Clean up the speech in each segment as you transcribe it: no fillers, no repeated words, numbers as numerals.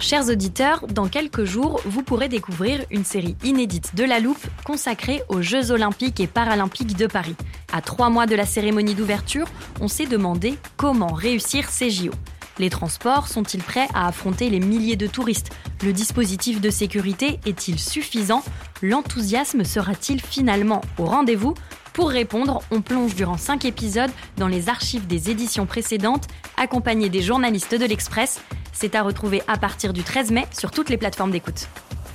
Chers auditeurs, dans quelques jours, vous pourrez découvrir une série inédite de La Loupe consacrée aux Jeux Olympiques et Paralympiques de Paris. À 3 mois de la cérémonie d'ouverture, on s'est demandé comment réussir ces JO. Les transports sont-ils prêts à affronter les milliers de touristes ? Le dispositif de sécurité est-il suffisant ? L'enthousiasme sera-t-il finalement au rendez-vous ? Pour répondre, on plonge durant 5 épisodes dans les archives des éditions précédentes, accompagnés des journalistes de l'Express. C'est à retrouver à partir du 13 mai sur toutes les plateformes d'écoute.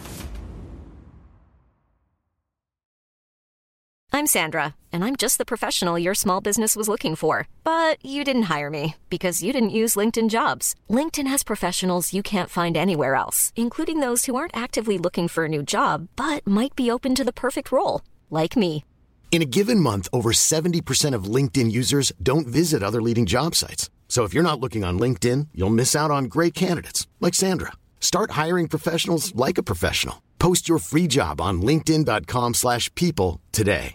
I'm Sandra, and I'm just the professional your small business was looking for. But you didn't hire me because you didn't use LinkedIn Jobs. LinkedIn has professionals you can't find anywhere else, including those who aren't actively looking for a new job, but might be open to the perfect role, like me. In a given month, over 70% of LinkedIn users don't visit other leading job sites. So if you're not looking on LinkedIn, you'll miss out on great candidates like Sandra. Start hiring professionals like a professional. Post your free job on linkedin.com/people today.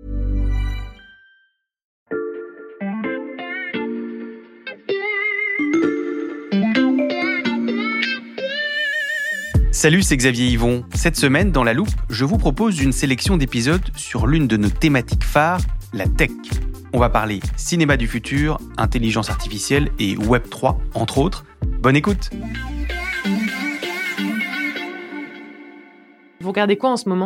Salut, c'est Xavier Yvon. Cette semaine, dans La Loupe, je vous propose une sélection d'épisodes sur l'une de nos thématiques phares, la tech. On va parler cinéma du futur, intelligence artificielle et Web 3, entre autres. Bonne écoute. Vous regardez quoi en ce moment ?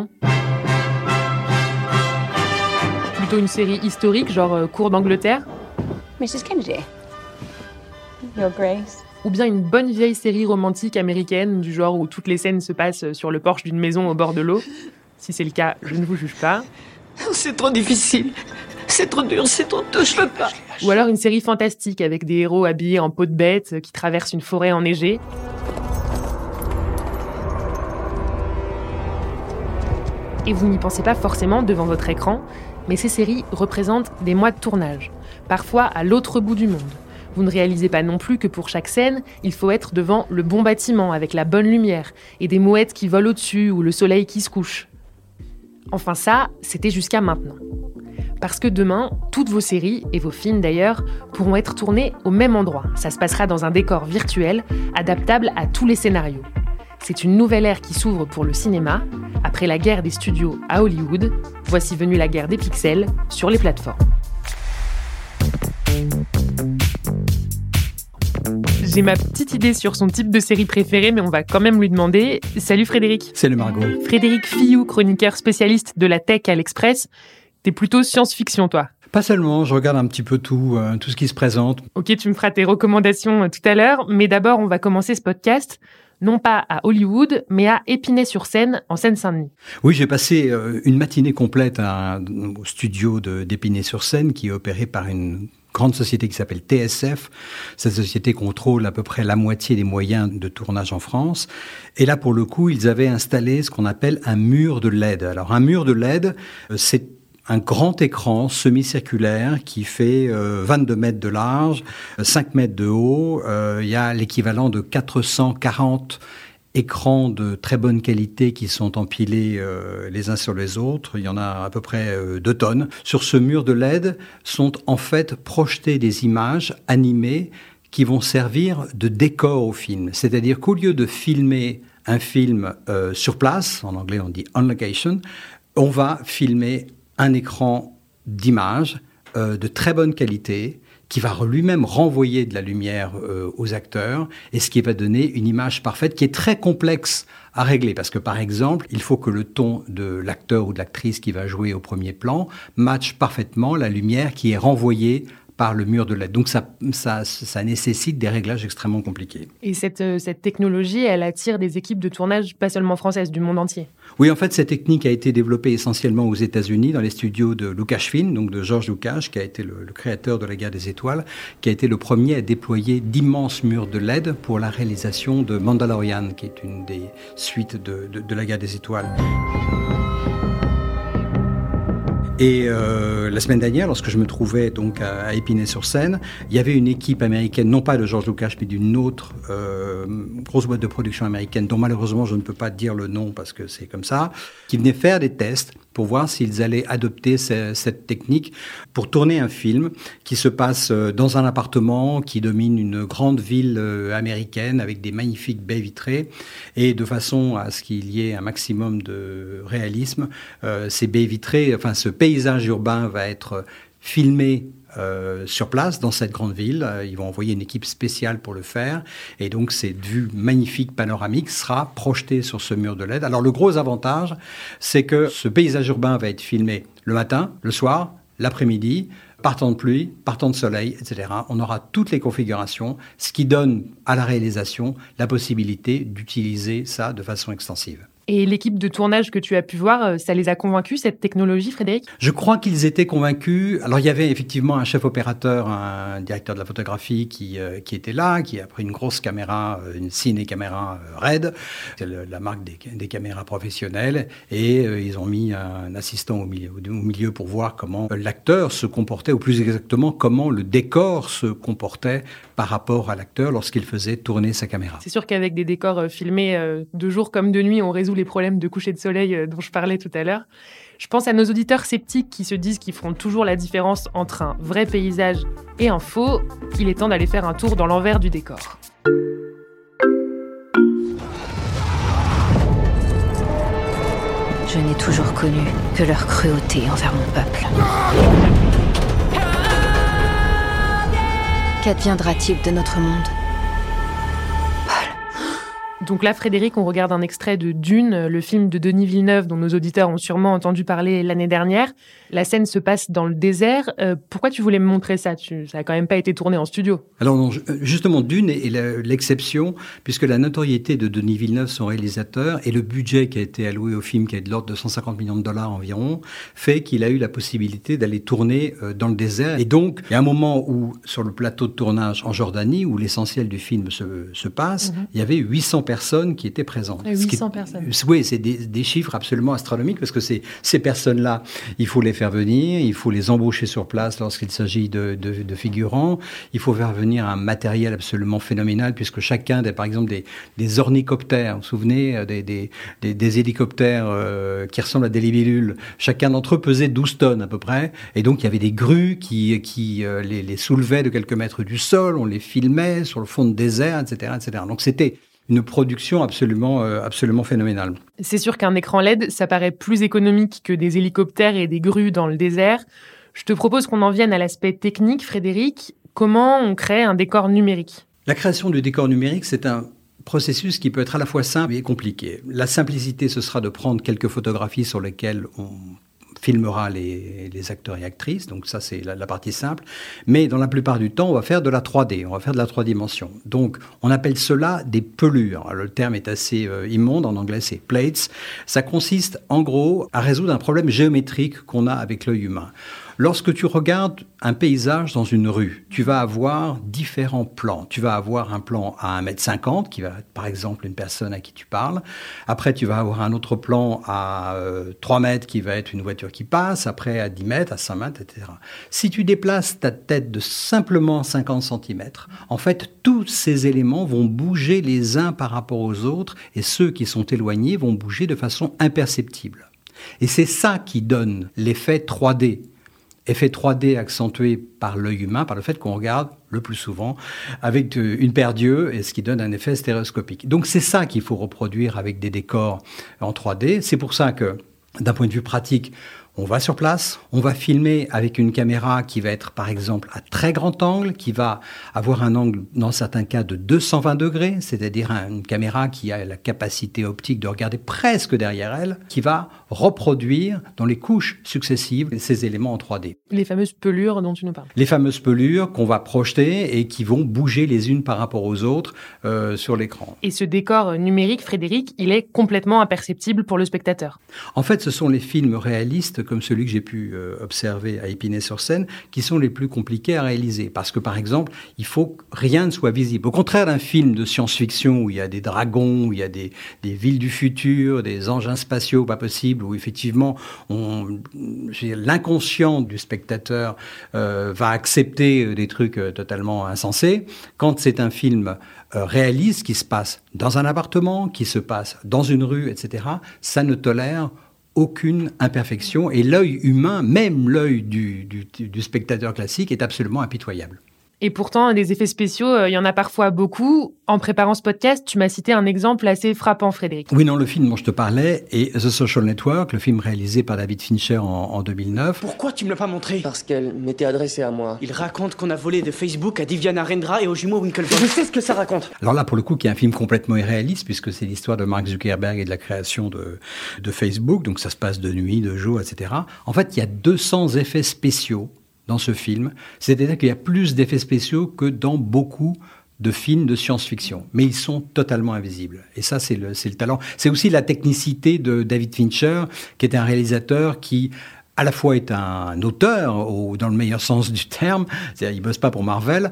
Plutôt une série historique, genre Cour d'Angleterre ? Mrs. Kennedy, Your Grace. Ou bien une bonne vieille série romantique américaine, du genre où toutes les scènes se passent sur le porche d'une maison au bord de l'eau ? Si c'est le cas, je ne vous juge pas. C'est trop difficile, c'est trop dur, je peux pas. Ou alors une série fantastique avec des héros habillés en peau de bête qui traversent une forêt enneigée. Et vous n'y pensez pas forcément devant votre écran, mais ces séries représentent des mois de tournage, parfois à l'autre bout du monde. Vous ne réalisez pas non plus que pour chaque scène, il faut être devant le bon bâtiment avec la bonne lumière et des mouettes qui volent au-dessus ou le soleil qui se couche. Enfin ça, c'était jusqu'à maintenant. Parce que demain, toutes vos séries, et vos films d'ailleurs, pourront être tournés au même endroit. Ça se passera dans un décor virtuel, adaptable à tous les scénarios. C'est une nouvelle ère qui s'ouvre pour le cinéma. Après la guerre des studios à Hollywood, voici venue la guerre des pixels sur les plateformes. J'ai ma petite idée sur son type de série préférée, mais on va quand même lui demander. Salut Frédéric. Salut Margot. Frédéric Filloux, chroniqueur spécialiste de la tech à l'Express. T'es plutôt science-fiction, toi ? Pas seulement, je regarde un petit peu tout ce qui se présente. Ok, tu me feras tes recommandations tout à l'heure, mais d'abord, on va commencer ce podcast, non pas à Hollywood, mais à Épinay-sur-Seine, en Seine-Saint-Denis. Oui, j'ai passé une matinée complète au studio d'Épinay-sur-Seine, qui est opéré par une grande société qui s'appelle TSF. Cette société contrôle à peu près la moitié des moyens de tournage en France. Et là, pour le coup, ils avaient installé ce qu'on appelle un mur de LED. Alors, un mur de LED, c'est un grand écran semi-circulaire qui fait 22 mètres de large, 5 mètres de haut. Il y a l'équivalent de 440 écrans de très bonne qualité qui sont empilés les uns sur les autres. Il y en a à peu près 2 tonnes. Sur ce mur de LED sont en fait projetées des images animées qui vont servir de décor au film. C'est-à-dire qu'au lieu de filmer un film sur place, en anglais on dit on location, on va filmer un écran d'images de très bonne qualité qui va lui-même renvoyer de la lumière aux acteurs et ce qui va donner une image parfaite qui est très complexe à régler. Parce que, par exemple, il faut que le ton de l'acteur ou de l'actrice qui va jouer au premier plan matche parfaitement la lumière qui est renvoyée par le mur de LED. Donc ça nécessite des réglages extrêmement compliqués. Et cette technologie, elle attire des équipes de tournage pas seulement françaises, du monde entier. Oui, en fait, cette technique a été développée essentiellement aux États-Unis, dans les studios de Lucasfilm, donc de George Lucas, qui a été le créateur de la Guerre des Étoiles, qui a été le premier à déployer d'immenses murs de LED pour la réalisation de Mandalorian, qui est une des suites de la Guerre des Étoiles. Et la semaine dernière, lorsque je me trouvais donc à Épinay-sur-Seine, il y avait une équipe américaine, non pas de George Lucas, mais d'une autre grosse boîte de production américaine, dont malheureusement je ne peux pas dire le nom parce que c'est comme ça, qui venait faire des tests pour voir s'ils allaient adopter cette technique pour tourner un film qui se passe dans un appartement qui domine une grande ville américaine avec des magnifiques baies vitrées et de façon à ce qu'il y ait un maximum de réalisme. Ces baies vitrées, enfin ce paysage urbain va être filmé sur place dans cette grande ville. Ils vont envoyer une équipe spéciale pour le faire et donc cette vue magnifique panoramique sera projetée sur ce mur de LED. Alors le gros avantage, c'est que ce paysage urbain va être filmé le matin, le soir, l'après-midi, par temps de pluie, par temps de soleil, etc. On aura toutes les configurations, ce qui donne à la réalisation la possibilité d'utiliser ça de façon extensive. Et l'équipe de tournage que tu as pu voir, ça les a convaincus, cette technologie, Frédéric ? Je crois qu'ils étaient convaincus. Alors, il y avait effectivement un chef opérateur, un directeur de la photographie qui était là, qui a pris une grosse caméra, une ciné-caméra RED, c'est la marque des caméras professionnelles, et ils ont mis un assistant au milieu pour voir comment l'acteur se comportait, ou plus exactement, comment le décor se comportait par rapport à l'acteur lorsqu'il faisait tourner sa caméra. C'est sûr qu'avec des décors filmés de jour comme de nuit, on résout les problèmes de coucher de soleil dont je parlais tout à l'heure. Je pense à nos auditeurs sceptiques qui se disent qu'ils feront toujours la différence entre un vrai paysage et un faux. Il est temps d'aller faire un tour dans l'envers du décor. Je n'ai toujours connu que leur cruauté envers mon peuple. Qu'adviendra-t-il de notre monde ? Donc là, Frédéric, on regarde un extrait de Dune, le film de Denis Villeneuve, dont nos auditeurs ont sûrement entendu parler l'année dernière. La scène se passe dans le désert. Pourquoi tu voulais me montrer ça ? Ça n'a quand même pas été tourné en studio. Alors non, justement, Dune est l'exception, puisque la notoriété de Denis Villeneuve, son réalisateur, et le budget qui a été alloué au film, qui est de l'ordre de 150 millions de dollars environ, fait qu'il a eu la possibilité d'aller tourner dans le désert. Et donc, il y a un moment où, sur le plateau de tournage en Jordanie, où l'essentiel du film se passe, il y avait 800 personnes qui étaient présentes. 800 personnes. Oui, c'est des chiffres absolument astronomiques parce que ces personnes-là, il faut les faire venir, il faut les embaucher sur place lorsqu'il s'agit de figurants, il faut faire venir un matériel absolument phénoménal puisque chacun, par exemple, des ornicoptères, vous vous souvenez, des hélicoptères qui ressemblent à des libellules, chacun d'entre eux pesait 12 tonnes à peu près, et donc il y avait des grues qui les soulevaient de quelques mètres du sol, on les filmait sur le fond de désert, etc., etc. Donc c'était une production absolument phénoménale. C'est sûr qu'un écran LED, ça paraît plus économique que des hélicoptères et des grues dans le désert. Je te propose qu'on en vienne à l'aspect technique, Frédéric. Comment on crée un décor numérique ? La création du décor numérique, c'est un processus qui peut être à la fois simple et compliqué. La simplicité, ce sera de prendre quelques photographies sur lesquelles on filmera les acteurs et actrices, donc ça c'est la partie simple, mais dans la plupart du temps on va faire de la 3D, on va faire de la 3 dimensions. Donc on appelle cela des pelures. Alors, le terme est assez immonde, en anglais c'est plates. Ça consiste en gros à résoudre un problème géométrique qu'on a avec l'œil humain. Lorsque tu regardes un paysage dans une rue, tu vas avoir différents plans. Tu vas avoir un plan à 1,50 m, qui va être par exemple une personne à qui tu parles. Après, tu vas avoir un autre plan à 3 mètres qui va être une voiture qui passe. Après, à 10 mètres, à 5 mètres, etc. Si tu déplaces ta tête de simplement 50 cm, en fait, tous ces éléments vont bouger les uns par rapport aux autres et ceux qui sont éloignés vont bouger de façon imperceptible. Et c'est ça qui donne l'effet 3D. Effet 3D accentué par l'œil humain, par le fait qu'on regarde le plus souvent avec une paire d'yeux, et ce qui donne un effet stéréoscopique. Donc c'est ça qu'il faut reproduire avec des décors en 3D. C'est pour ça que, d'un point de vue pratique, on va sur place, on va filmer avec une caméra qui va être par exemple à très grand angle, qui va avoir un angle dans certains cas de 220 degrés, c'est-à-dire une caméra qui a la capacité optique de regarder presque derrière elle, qui va reproduire dans les couches successives ces éléments en 3D. Les fameuses pelures dont tu nous parles. Les fameuses pelures qu'on va projeter et qui vont bouger les unes par rapport aux autres sur l'écran. Et ce décor numérique, Frédéric, il est complètement imperceptible pour le spectateur. En fait, ce sont les films réalistes comme celui que j'ai pu observer à Épinay-sur-Seine qui sont les plus compliqués à réaliser. Parce que, par exemple, il faut que rien ne soit visible. Au contraire d'un film de science-fiction où il y a des dragons, où il y a des villes du futur, des engins spatiaux pas possibles, où effectivement l'inconscient du spectateur va accepter des trucs totalement insensés. Quand c'est un film réaliste qui se passe dans un appartement, qui se passe dans une rue, etc., ça ne tolère aucune imperfection. Et l'œil humain, même l'œil du spectateur classique, est absolument impitoyable. Et pourtant, des effets spéciaux, il y en a parfois beaucoup. En préparant ce podcast, tu m'as cité un exemple assez frappant, Frédéric. Oui, non, le film dont je te parlais est The Social Network, le film réalisé par David Fincher en 2009. Pourquoi tu me l'as pas montré? Parce qu'elle m'était adressée à moi. Il raconte qu'on a volé de Facebook à Diviana Rendra et aux jumeaux Winklevoss. Je sais ce que ça raconte. Alors là, pour le coup, qui est un film complètement irréaliste, puisque c'est l'histoire de Mark Zuckerberg et de la création de Facebook. Donc ça se passe de nuit, de jour, etc. En fait, il y a 200 effets spéciaux dans ce film. C'est-à-dire qu'il y a plus d'effets spéciaux que dans beaucoup de films de science-fiction. Mais ils sont totalement invisibles. Et ça, c'est le talent. C'est aussi la technicité de David Fincher, qui est un réalisateur qui à la fois est un auteur, dans le meilleur sens du terme, c'est-à-dire il bosse pas pour Marvel,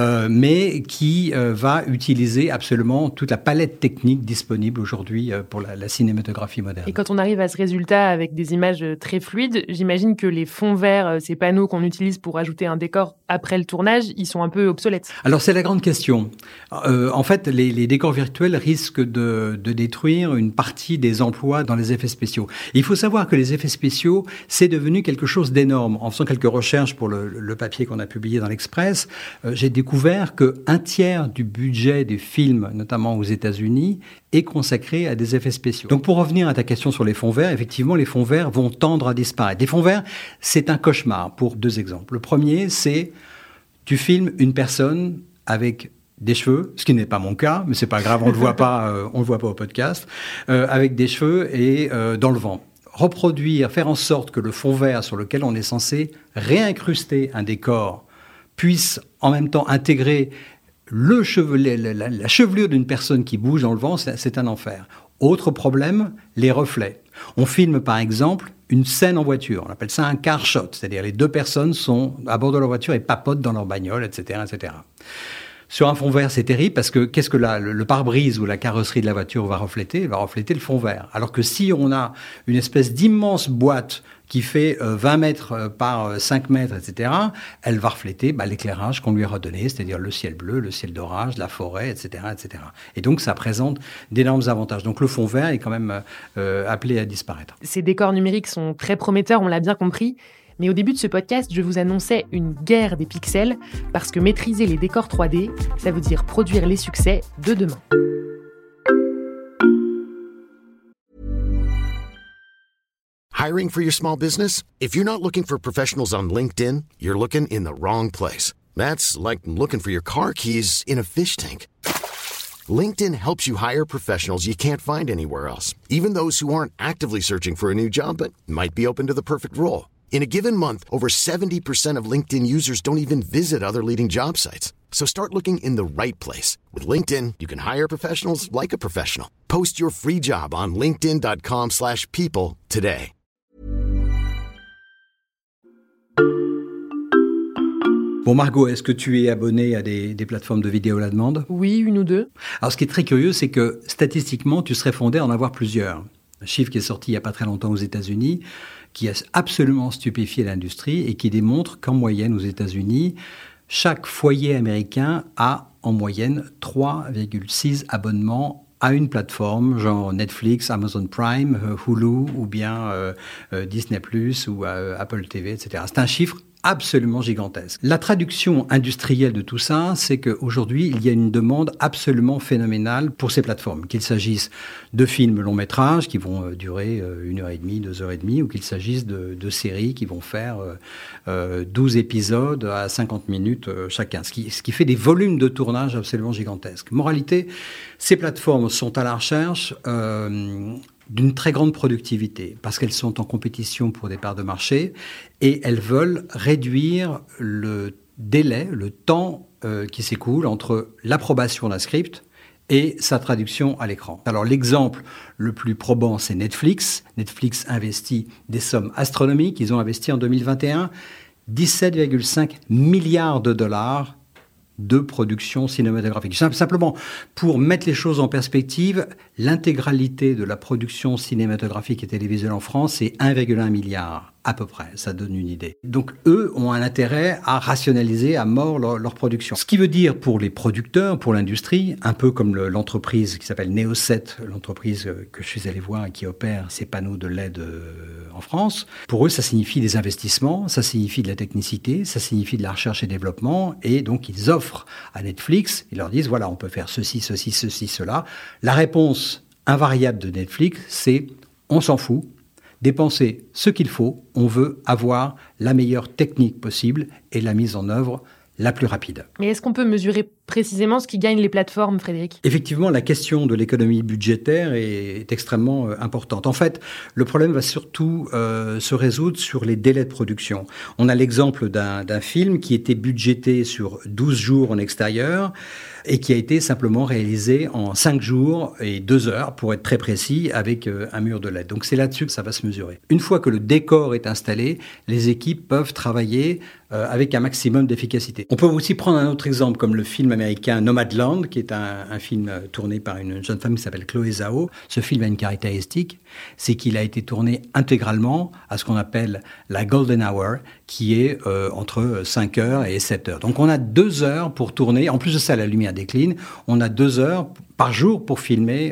mais qui va utiliser absolument toute la palette technique disponible aujourd'hui pour la cinématographie moderne. Et quand on arrive à ce résultat avec des images très fluides, j'imagine que les fonds verts, ces panneaux qu'on utilise pour ajouter un décor après le tournage, ils sont un peu obsolètes. Alors c'est la grande question. En fait, les décors virtuels risquent de détruire une partie des emplois dans les effets spéciaux. Et il faut savoir que les effets spéciaux, c'est devenu quelque chose d'énorme. En faisant quelques recherches pour le papier qu'on a publié dans l'Express, j'ai découvert qu'un tiers du budget des films, notamment aux États-Unis, est consacré à des effets spéciaux. Donc pour revenir à ta question sur les fonds verts, effectivement, les fonds verts vont tendre à disparaître. Les fonds verts, c'est un cauchemar pour 2 exemples. Le premier, c'est tu filmes une personne avec des cheveux, ce qui n'est pas mon cas, mais c'est pas grave, on le voit pas au podcast, avec des cheveux et dans le vent. Reproduire, faire en sorte que le fond vert sur lequel on est censé réincruster un décor puisse en même temps intégrer la chevelure d'une personne qui bouge dans le vent, c'est un enfer. Autre problème, les reflets. On filme par exemple une scène en voiture, on appelle ça un car shot, c'est-à-dire les 2 personnes sont à bord de leur voiture et papotent dans leur bagnole, etc., etc. Sur un fond vert, c'est terrible parce que qu'est-ce que le pare-brise ou la carrosserie de la voiture va refléter? Elle va refléter le fond vert. Alors que si on a une espèce d'immense boîte qui fait 20 mètres par 5 mètres, etc., elle va refléter l'éclairage qu'on lui a redonné, c'est-à-dire le ciel bleu, le ciel d'orage, la forêt, etc., etc. Et donc, ça présente d'énormes avantages. Donc, le fond vert est quand même appelé à disparaître. Ces décors numériques sont très prometteurs, on l'a bien compris. Mais au début de ce podcast, je vous annonçais une guerre des pixels parce que maîtriser les décors 3D, ça veut dire produire les succès de demain. Hiring for your small business? If you're not looking for professionals on LinkedIn, you're looking in the wrong place. That's like looking for your car keys in a fish tank. LinkedIn helps you hire professionals you can't find anywhere else, even those who aren't actively searching for a new job but might be open to the perfect role. In a given month, over 70% of LinkedIn users don't even visit other leading job sites. So start looking in the right place. With LinkedIn, you can hire professionals like a professional. Post your free job on linkedin.com/people today. Bon Margot, est-ce que tu es abonnée à des plateformes de vidéo à la demande? Oui, 1 ou 2. Alors ce qui est très curieux, c'est que statistiquement, tu serais fondé à en avoir plusieurs. Un chiffre qui est sorti il n'y a pas très longtemps aux États-Unis, qui a absolument stupéfié l'industrie et qui démontre qu'en moyenne aux États-Unis, chaque foyer américain a en moyenne 3,6 abonnements à une plateforme, genre Netflix, Amazon Prime, Hulu ou bien Disney+, ou Apple TV, etc. C'est un chiffre absolument gigantesque. La traduction industrielle de tout ça, c'est qu'aujourd'hui, il y a une demande absolument phénoménale pour ces plateformes. Qu'il s'agisse de films longs métrages qui vont durer 1h30, 2h30, ou qu'il s'agisse de séries qui vont faire 12 épisodes à 50 minutes chacun. Ce qui fait des volumes de tournage absolument gigantesques. Moralité, ces plateformes sont à la recherche d'une très grande productivité, parce qu'elles sont en compétition pour des parts de marché, et elles veulent réduire le délai, le temps qui s'écoule entre l'approbation d'un script et sa traduction à l'écran. Alors l'exemple le plus probant, c'est Netflix. Netflix investit des sommes astronomiques. Ils ont investi en 2021 17,5 milliards de dollars de production cinématographique. Simplement, pour mettre les choses en perspective, l'intégralité de la production cinématographique et télévisuelle en France, c'est 1,1 milliard à peu près. Ça donne une idée. Donc, eux ont un intérêt à rationaliser à mort leur production. Ce qui veut dire pour les producteurs, pour l'industrie, un peu comme l'entreprise qui s'appelle Neoset, l'entreprise que je suis allé voir et qui opère ces panneaux de LED en France. Pour eux, ça signifie des investissements, ça signifie de la technicité, ça signifie de la recherche et développement. Et donc, ils offrent à Netflix, ils leur disent, voilà, on peut faire ceci, ceci, ceci, cela. La réponse invariable de Netflix, c'est on s'en fout. Dépenser ce qu'il faut, on veut avoir la meilleure technique possible et la mise en œuvre la plus rapide. Mais est-ce qu'on peut mesurer précisément ce qui gagne les plateformes, Frédéric ? Effectivement, la question de l'économie budgétaire est extrêmement importante. En fait, le problème va surtout se résoudre sur les délais de production. On a l'exemple d'un film qui était budgété sur 12 jours en extérieur et qui a été simplement réalisé en 5 jours et 2 heures, pour être très précis, avec un mur de LED. Donc c'est là-dessus que ça va se mesurer. Une fois que le décor est installé, les équipes peuvent travailler avec un maximum d'efficacité. On peut aussi prendre un autre exemple, comme le film américain Nomadland, qui est un film tourné par une jeune femme qui s'appelle Chloé Zhao. Ce film a une caractéristique, c'est qu'il a été tourné intégralement à ce qu'on appelle la Golden Hour, qui est entre 5 heures et 7 heures. Donc on a 2 heures pour tourner. En plus de ça, la lumière décline. On a 2 heures par jour pour filmer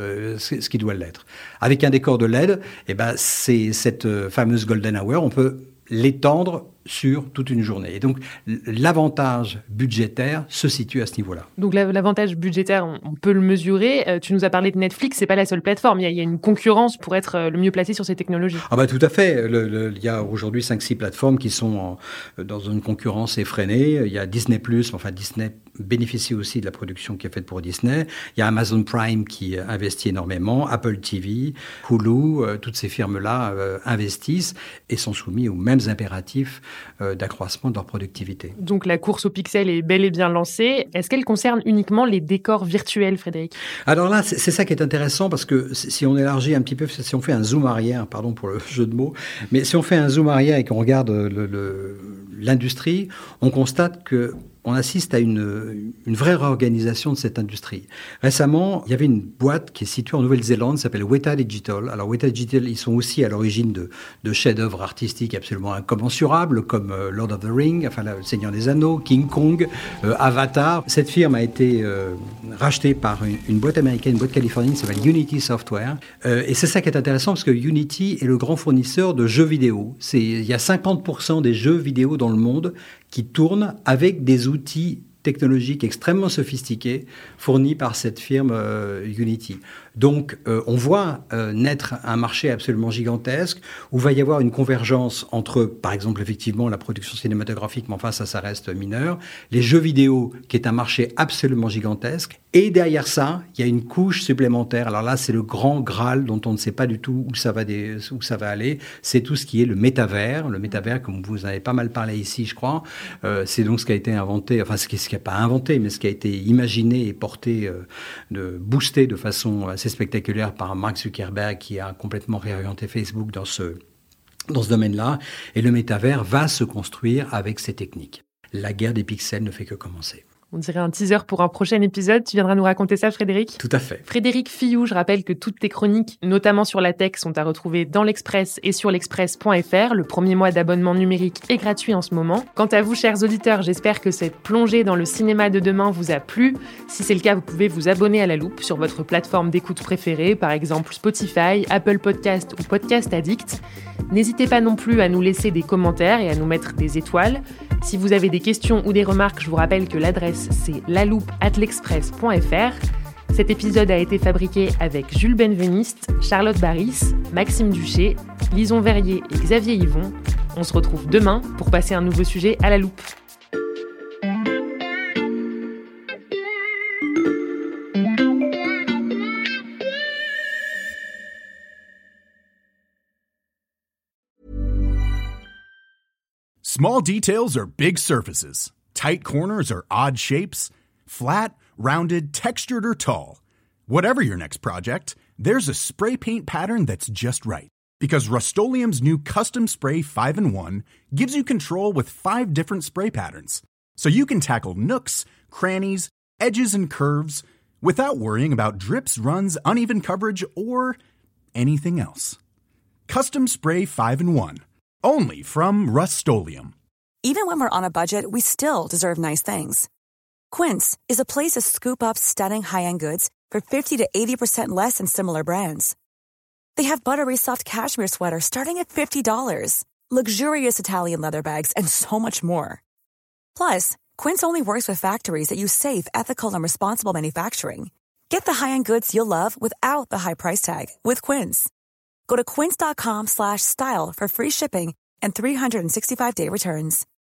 ce qui doit l'être. Avec un décor de LED, c'est cette fameuse Golden Hour, on peut l'étendre sur toute une journée. Et donc, l'avantage budgétaire se situe à ce niveau-là. Donc, l'avantage budgétaire, on peut le mesurer. Tu nous as parlé de Netflix, c'est pas la seule plateforme. Il y a une concurrence pour être le mieux placé sur ces technologies. Tout à fait. Il y a aujourd'hui 5-6 plateformes qui sont dans une concurrence effrénée. Il y a Disney+, Disney bénéficie aussi de la production qui est faite pour Disney. Il y a Amazon Prime qui investit énormément, Apple TV, Hulu, toutes ces firmes-là investissent et sont soumis aux mêmes impératifs d'accroissement de leur productivité. Donc la course au pixel est bel et bien lancée. Est-ce qu'elle concerne uniquement les décors virtuels, Frédéric ? Alors là, c'est ça qui est intéressant, parce que si on élargit un petit peu, si on fait un zoom arrière, pardon pour le jeu de mots, mais si on fait un zoom arrière et qu'on regarde l'industrie, on constate que on assiste à une vraie réorganisation de cette industrie. Récemment, il y avait une boîte qui est située en Nouvelle-Zélande, qui s'appelle Weta Digital. Alors Weta Digital, ils sont aussi à l'origine de chefs-d'œuvre artistiques absolument incommensurables, comme Lord of the Ring, le Seigneur des Anneaux, King Kong, Avatar. Cette firme a été rachetée par une boîte américaine, une boîte californienne qui s'appelle Unity Software. Et c'est ça qui est intéressant, parce que Unity est le grand fournisseur de jeux vidéo. Il y a 50% des jeux vidéo dans le monde qui tournent avec des outils technologiques extrêmement sophistiqués fournis par cette firme Unity. Donc, on voit naître un marché absolument gigantesque où va y avoir une convergence entre, par exemple, effectivement, la production cinématographique, mais enfin, ça reste mineur, les jeux vidéo, qui est un marché absolument gigantesque, et derrière ça, il y a une couche supplémentaire. Alors là, c'est le grand Graal dont on ne sait pas du tout où ça va aller. C'est tout ce qui est le métavers. Le métavers, comme vous en avez pas mal parlé ici, je crois, c'est donc ce qui a été inventé, enfin, ce qui n'est pas inventé, mais ce qui a été imaginé et porté, boosté de façon assez spectaculaire par Mark Zuckerberg, qui a complètement réorienté Facebook dans ce domaine-là. Et le métavers va se construire avec ces techniques. La guerre des pixels ne fait que commencer. On dirait un teaser pour un prochain épisode. Tu viendras nous raconter ça, Frédéric ? Tout à fait. Frédéric Filloux, je rappelle que toutes tes chroniques, notamment sur la tech, sont à retrouver dans l'Express et sur l'express.fr. Le premier mois d'abonnement numérique est gratuit en ce moment. Quant à vous, chers auditeurs, j'espère que cette plongée dans le cinéma de demain vous a plu. Si c'est le cas, vous pouvez vous abonner à La Loupe sur votre plateforme d'écoute préférée, par exemple Spotify, Apple Podcast ou Podcast Addict. N'hésitez pas non plus à nous laisser des commentaires et à nous mettre des étoiles. Si vous avez des questions ou des remarques, je vous rappelle que l'adresse c'est laloupe@l'express.fr. Cet épisode a été fabriqué avec Jules Benveniste, Charlotte Baris, Maxime Duché, Lison Verrier et Xavier Yvon. On se retrouve demain pour passer un nouveau sujet à la loupe. Small details are big surfaces. Tight corners are odd shapes. Flat, rounded, textured, or tall. Whatever your next project, there's a spray paint pattern that's just right. Because Rust-Oleum's new Custom Spray 5-in-1 gives you control with 5 different spray patterns. So you can tackle nooks, crannies, edges, and curves without worrying about drips, runs, uneven coverage, or anything else. Custom Spray 5-in-1. Only from Rust-Oleum. Even when we're on a budget, we still deserve nice things. Quince is a place to scoop up stunning high-end goods for 50 to 80% less than similar brands. They have buttery soft cashmere sweaters starting at $50, luxurious Italian leather bags, and so much more. Plus, Quince only works with factories that use safe, ethical, and responsible manufacturing. Get the high-end goods you'll love without the high price tag with Quince. Go to quince.com/style for free shipping and 365-day returns.